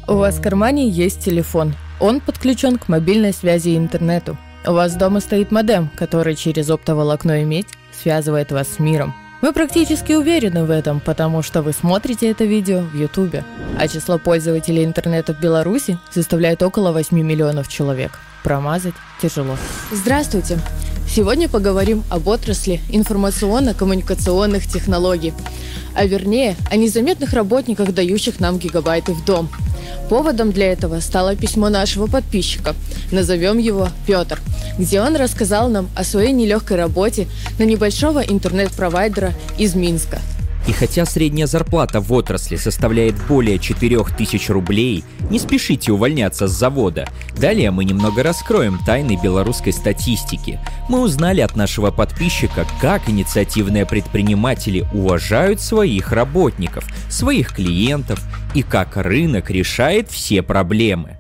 У вас в кармане есть телефон. Он подключен к мобильной связи и интернету. У вас дома стоит модем, который через оптоволокно и медь связывает вас с миром. Мы практически уверены в этом, потому что вы смотрите это видео в Ютубе. А число пользователей интернета в Беларуси составляет около 8 миллионов человек. Промазать тяжело. Здравствуйте! Сегодня поговорим об отрасли информационно-коммуникационных технологий. А вернее, о незаметных работниках, дающих нам гигабайты в дом. Поводом для этого стало письмо нашего подписчика, назовем его Петр, где он рассказал нам о своей нелегкой работе на небольшого интернет-провайдера из Минска. И хотя средняя зарплата в отрасли составляет более 4000 рублей, не спешите увольняться с завода. Далее мы немного раскроем тайны белорусской статистики. Мы узнали от нашего подписчика, как инициативные предприниматели уважают своих работников, своих клиентов и как рынок решает все проблемы.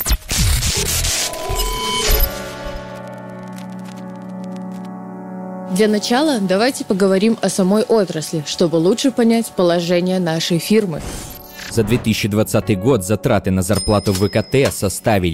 Для начала давайте поговорим о самой отрасли, чтобы лучше понять положение нашей фирмы. За 2020 год затраты на зарплату в ВКТ составили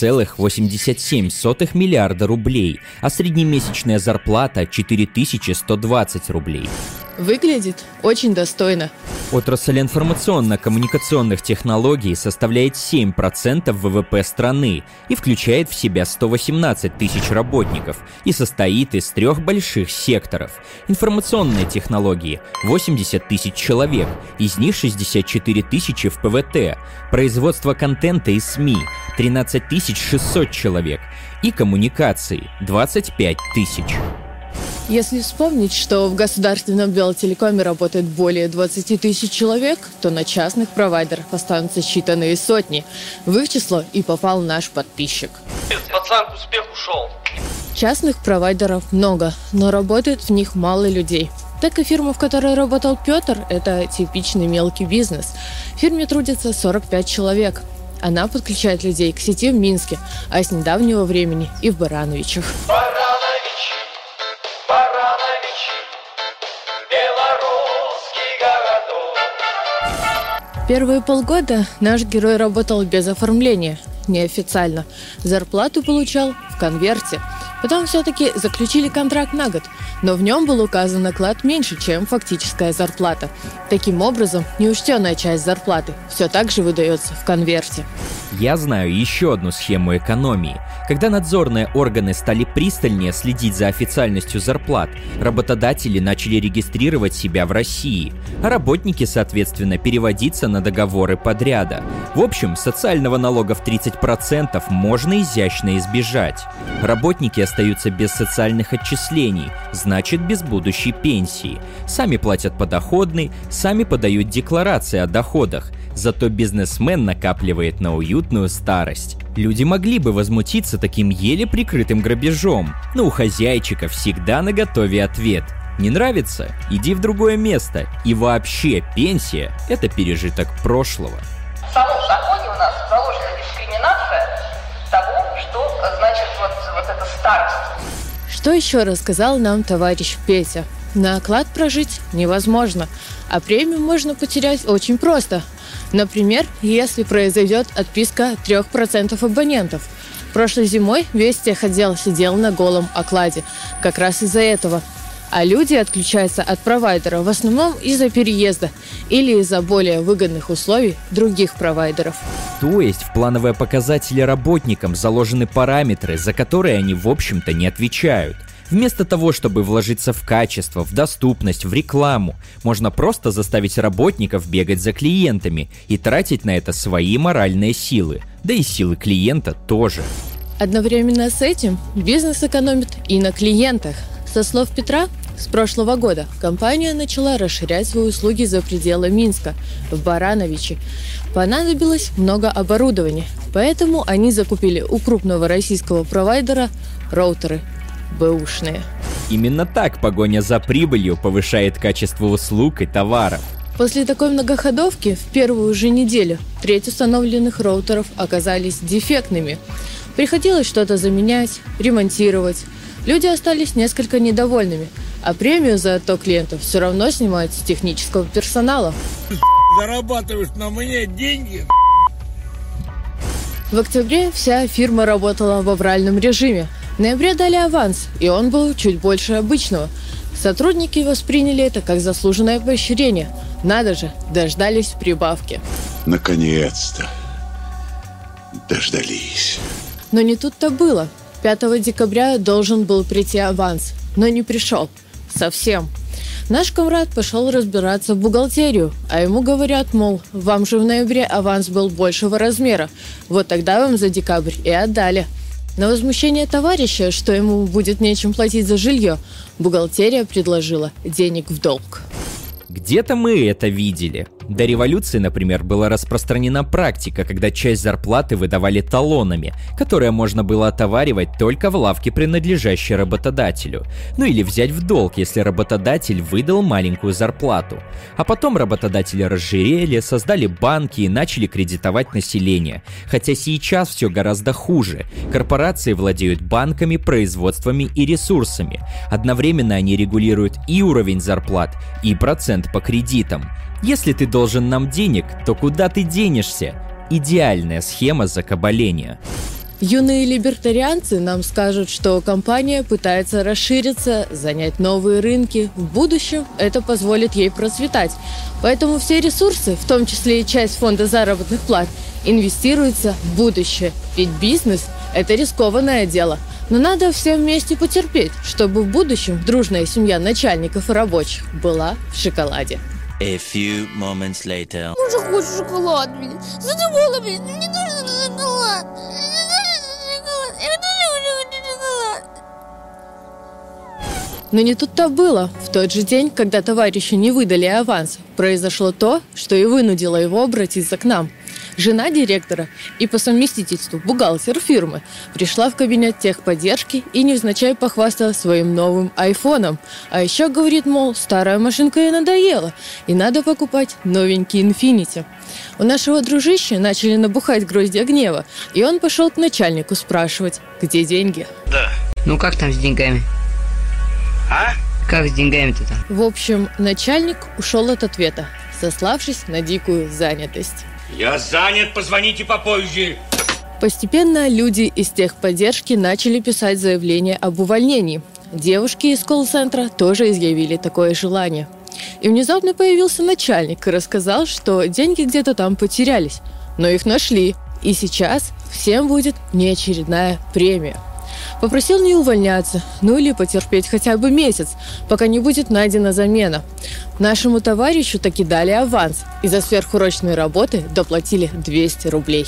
5,87 миллиарда рублей, а среднемесячная зарплата – 4120 рублей. Выглядит очень достойно. Отрасль информационно-коммуникационных технологий составляет 7% ВВП страны и включает в себя 118 тысяч работников и состоит из 3 больших секторов. Информационные технологии – 80 тысяч человек, из них 64 тысячи в ПВТ, производство контента и СМИ – 13 600 человек и коммуникации – 25 тысяч. Если вспомнить, что в государственном Белтелекоме работает более 20 тысяч человек, то на частных провайдерах останутся считанные сотни. В их число и попал наш подписчик. Пацан к успеху шел. Частных провайдеров много, но работает в них мало людей. Так и фирма, в которой работал Петр, это типичный мелкий бизнес. В фирме трудится 45 человек. Она подключает людей к сети в Минске, а с недавнего времени и в Барановичах. Первые полгода наш герой работал без оформления, неофициально. Зарплату получал в конверте. Потом все-таки заключили контракт на год, но в нем был указан оклад меньше, чем фактическая зарплата. Таким образом, неучтенная часть зарплаты все так же выдается в конверте. Я знаю еще одну схему экономии. Когда надзорные органы стали пристальнее следить за официальностью зарплат, работодатели начали регистрировать себя в России, а работники, соответственно, переводиться на договоры подряда. В общем, социального налога в 30% можно изящно избежать. Работники остаются без социальных отчислений, значит, без будущей пенсии. Сами платят подоходный, сами подают декларации о доходах. Зато бизнесмен накапливает на уютную старость. Люди могли бы возмутиться таким еле прикрытым грабежом, но у хозяйчика всегда наготове ответ. Не нравится? Иди в другое место. И вообще, пенсия – это пережиток прошлого. В самом законе у нас заложена дискриминация того, что значит вот эта старость. Что еще рассказал нам товарищ Петя? На оклад прожить невозможно, а премию можно потерять очень просто. Например, если произойдет отписка 3% абонентов. Прошлой зимой весь техотдел сидел на голом окладе, как раз из-за этого. А люди отключаются от провайдера в основном из-за переезда или из-за более выгодных условий других провайдеров. То есть в плановые показатели работникам заложены параметры, за которые они в общем-то не отвечают. Вместо того, чтобы вложиться в качество, в доступность, в рекламу, можно просто заставить работников бегать за клиентами и тратить на это свои моральные силы, да и силы клиента тоже. Одновременно с этим бизнес экономит и на клиентах. Со слов Петра, с прошлого года компания начала расширять свои услуги за пределы Минска, в Барановичи. Понадобилось много оборудования, поэтому они закупили у крупного российского провайдера роутеры. Бэушные. Именно так погоня за прибылью повышает качество услуг и товаров. После такой многоходовки в первую же неделю треть установленных роутеров оказались дефектными. Приходилось что-то заменять, ремонтировать. Люди остались несколько недовольными, а премию за отток клиентов все равно снимают с технического персонала. Зарабатываешь на мне деньги, В октябре вся фирма работала в авральном режиме. В ноябре дали аванс, и он был чуть больше обычного. Сотрудники восприняли это как заслуженное поощрение. Надо же, дождались прибавки. Наконец-то дождались. Но не тут-то было. 5 декабря должен был прийти аванс, но не пришел. Совсем. Наш комрад пошел разбираться в бухгалтерию, а ему говорят, мол, вам же в ноябре аванс был большего размера. Вот тогда вам за декабрь и отдали. На возмущение товарища, что ему будет нечем платить за жилье, бухгалтерия предложила денег в долг. Где-то мы это видели. До революции, например, была распространена практика, когда часть зарплаты выдавали талонами, которые можно было отоваривать только в лавке, принадлежащей работодателю. Ну или взять в долг, если работодатель выдал маленькую зарплату. А потом работодатели разжирели, создали банки и начали кредитовать население. Хотя сейчас все гораздо хуже. Корпорации владеют банками, производствами и ресурсами. Одновременно они регулируют и уровень зарплат, и процент по кредитам. Если ты должен нам денег, то куда ты денешься? Идеальная схема закабаления. Юные либертарианцы нам скажут, что компания пытается расшириться, занять новые рынки. В будущем это позволит ей процветать. Поэтому все ресурсы, в том числе и часть фонда заработных плат, инвестируются в будущее. Ведь бизнес – это рискованное дело. Но надо всем вместе потерпеть, чтобы в будущем дружная семья начальников и рабочих была в шоколаде. A few moments later. Я уже хочу шоколад, блин. Задумала, блин. Мне нужен шоколад. Я тоже хочу шоколад. Но не тут-то было. В тот же день, когда товарищу не выдали аванс, произошло то, что и вынудило его обратиться к нам. Жена директора и по совместительству бухгалтер фирмы пришла в кабинет техподдержки и невзначай похвасталась своим новым айфоном. А еще говорит, мол, старая машинка ей надоела, и надо покупать новенький Infiniti. У нашего дружища начали набухать гроздья гнева, и он пошел к начальнику спрашивать, где деньги. Да. Ну как там с деньгами? А? Как с деньгами-то там? В общем, начальник ушел от ответа, сославшись на дикую занятость. Я занят, позвоните попозже. Постепенно люди из техподдержки начали писать заявление об увольнении. Девушки из колл-центра тоже изъявили такое желание. И внезапно появился начальник и рассказал, что деньги где-то там потерялись, но их нашли. И сейчас всем будет неочередная премия. Попросил не увольняться, ну или потерпеть хотя бы месяц, пока не будет найдена замена. Нашему товарищу таки дали аванс, и за сверхурочные работы доплатили 200 рублей.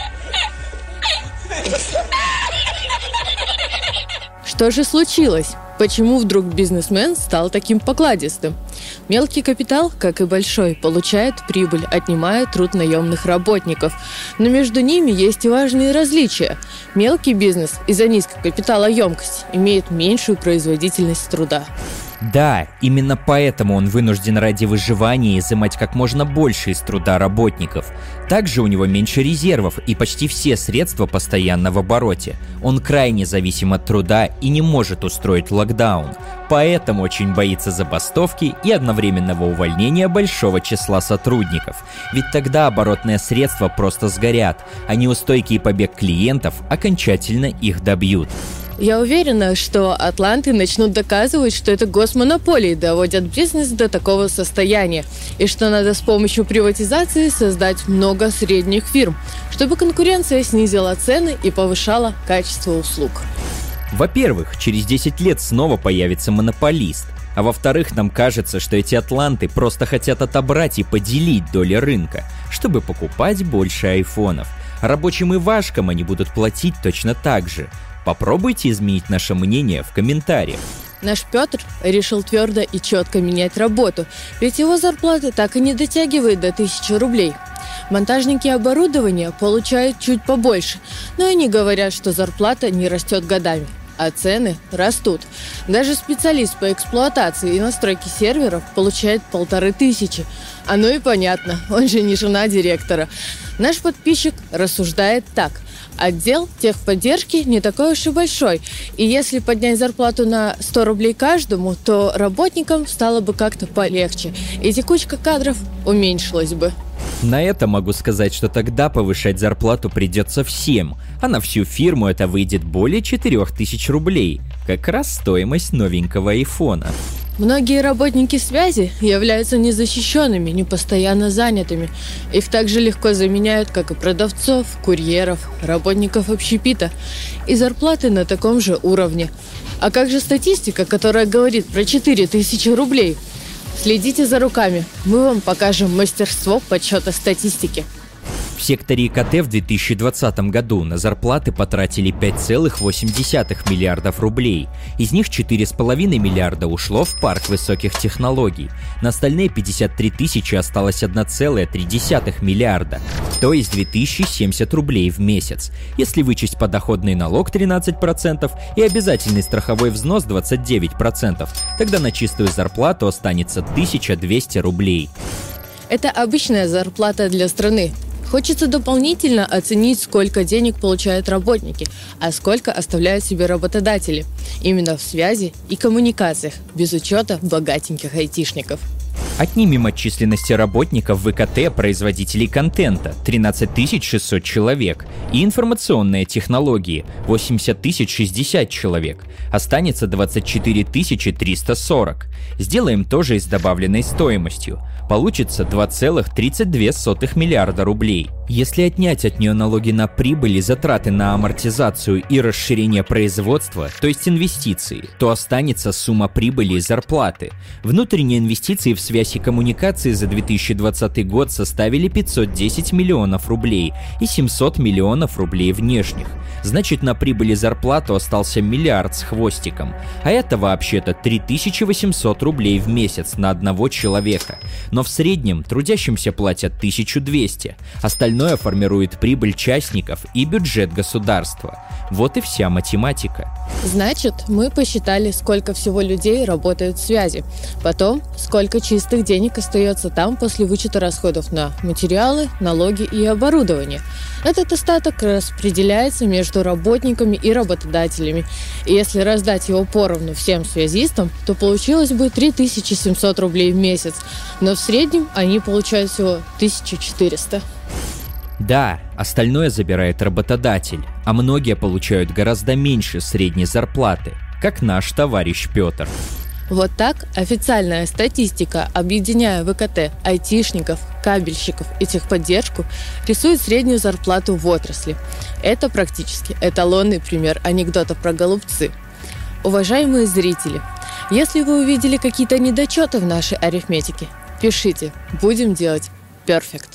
Что же случилось? Почему вдруг бизнесмен стал таким покладистым? Мелкий капитал, как и большой, получает прибыль, отнимая труд наемных работников. Но между ними есть и важные различия. Мелкий бизнес из-за низкой капиталоемкости имеет меньшую производительность труда. Да, именно поэтому он вынужден ради выживания изымать как можно больше из труда работников. Также у него меньше резервов и почти все средства постоянно в обороте. Он крайне зависим от труда и не может устроить локдаун. Поэтому очень боится забастовки и одновременного увольнения большого числа сотрудников. Ведь тогда оборотные средства просто сгорят, а неустойкий побег клиентов окончательно их добьют. Я уверена, что атланты начнут доказывать, что это госмонополии доводят бизнес до такого состояния, и что надо с помощью приватизации создать много средних фирм, чтобы конкуренция снизила цены и повышала качество услуг. Во-первых, через 10 лет снова появится монополист. А во-вторых, нам кажется, что эти атланты просто хотят отобрать и поделить доли рынка, чтобы покупать больше айфонов. Рабочим и вашкам они будут платить точно так же. Попробуйте изменить наше мнение в комментариях. Наш Петр решил твердо и четко менять работу, ведь его зарплата так и не дотягивает до 1000 рублей. Монтажники оборудования получают чуть побольше, но они говорят, что зарплата не растет годами, а цены растут. Даже специалист по эксплуатации и настройке серверов получает 1500. Оно и понятно, он же не жена директора. Наш подписчик рассуждает так. Отдел техподдержки не такой уж и большой, и если поднять зарплату на 100 рублей каждому, то работникам стало бы как-то полегче, и текучка кадров уменьшилась бы. На это могу сказать, что тогда повышать зарплату придется всем, а на всю фирму это выйдет более 4000 рублей. Как раз стоимость новенького айфона. Многие работники связи являются незащищенными, непостоянно занятыми. Их также легко заменяют, как и продавцов, курьеров, работников общепита. И зарплаты на таком же уровне. А как же статистика, которая говорит про 4000 рублей? Следите за руками, мы вам покажем мастерство подсчета статистики. В секторе ИКТ в 2020 году на зарплаты потратили 5,8 миллиардов рублей. Из них 4,5 миллиарда ушло в парк высоких технологий. На остальные 53 тысячи осталось 1,3 миллиарда, то есть 2070 рублей в месяц. Если вычесть подоходный налог 13% и обязательный страховой взнос 29%, тогда на чистую зарплату останется 1200 рублей. Это обычная зарплата для страны. Хочется дополнительно оценить, сколько денег получают работники, а сколько оставляют себе работодатели. Именно в связи и коммуникациях, без учета богатеньких айтишников. Отнимем от численности работников в ИКТ производителей контента 13 600 человек и информационные технологии 80 060 человек. Останется 24 340. Сделаем тоже и с добавленной стоимостью. Получится 2,32 миллиарда рублей. Если отнять от нее налоги на прибыль и затраты на амортизацию и расширение производства, то есть инвестиции, то останется сумма прибыли и зарплаты. Внутренние инвестиции в связь и коммуникации за 2020 год составили 510 миллионов рублей и 700 миллионов рублей внешних. Значит, на прибыль и зарплату остался миллиард с хвостиком. А это вообще-то 3800 рублей в месяц на одного человека. Но в среднем трудящимся платят 1200. Остальное формирует прибыль частников и бюджет государства. Вот и вся математика. Значит, мы посчитали, сколько всего людей работают в связи. Потом, сколько чистых денег остается там после вычета расходов на материалы, налоги и оборудование. Этот остаток распределяется между работниками и работодателями. И если раздать его поровну всем связистам, то получилось бы 3700 рублей в месяц. Но в среднем они получают всего 1400. Да, остальное забирает работодатель, а многие получают гораздо меньше средней зарплаты, как наш товарищ Петр. Вот так официальная статистика, объединяя в ИКТ айтишников, кабельщиков и техподдержку, рисует среднюю зарплату в отрасли. Это практически эталонный пример анекдота про голубцы. Уважаемые зрители, если вы увидели какие-то недочеты в нашей арифметике, пишите, будем делать перфект.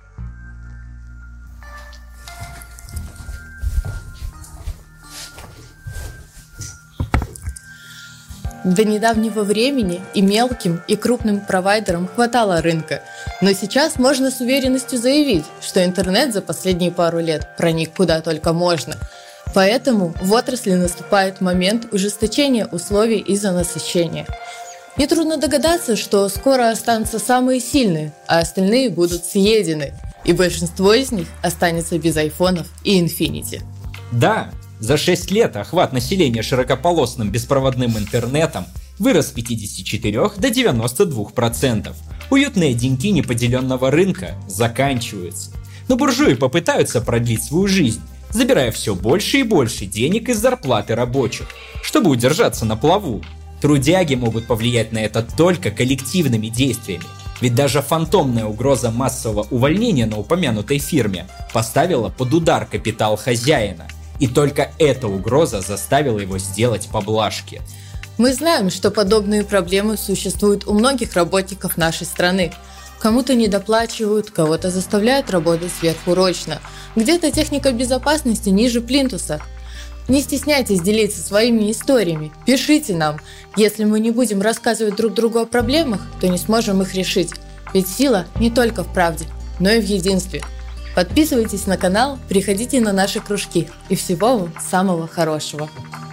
До недавнего времени и мелким, и крупным провайдерам хватало рынка. Но сейчас можно с уверенностью заявить, что интернет за последние пару лет проник куда только можно. Поэтому в отрасли наступает момент ужесточения условий из-за насыщения. Нетрудно догадаться, что скоро останутся самые сильные, а остальные будут съедены. И большинство из них останется без айфонов и Infinity. Да, за 6 лет охват населения широкополосным беспроводным интернетом вырос с 54 до 92%. Уютные деньки неподеленного рынка заканчиваются. Но буржуи попытаются продлить свою жизнь, забирая все больше и больше денег из зарплаты рабочих, чтобы удержаться на плаву. Трудяги могут повлиять на это только коллективными действиями. Ведь даже фантомная угроза массового увольнения на упомянутой фирме поставила под удар капитал хозяина. И только эта угроза заставила его сделать поблажки. Мы знаем, что подобные проблемы существуют у многих работников нашей страны. Кому-то недоплачивают, кого-то заставляют работать сверхурочно. Где-то техника безопасности ниже плинтуса. Не стесняйтесь делиться своими историями, пишите нам. Если мы не будем рассказывать друг другу о проблемах, то не сможем их решить. Ведь сила не только в правде, но и в единстве. Подписывайтесь на канал, приходите на наши кружки и всего вам самого хорошего.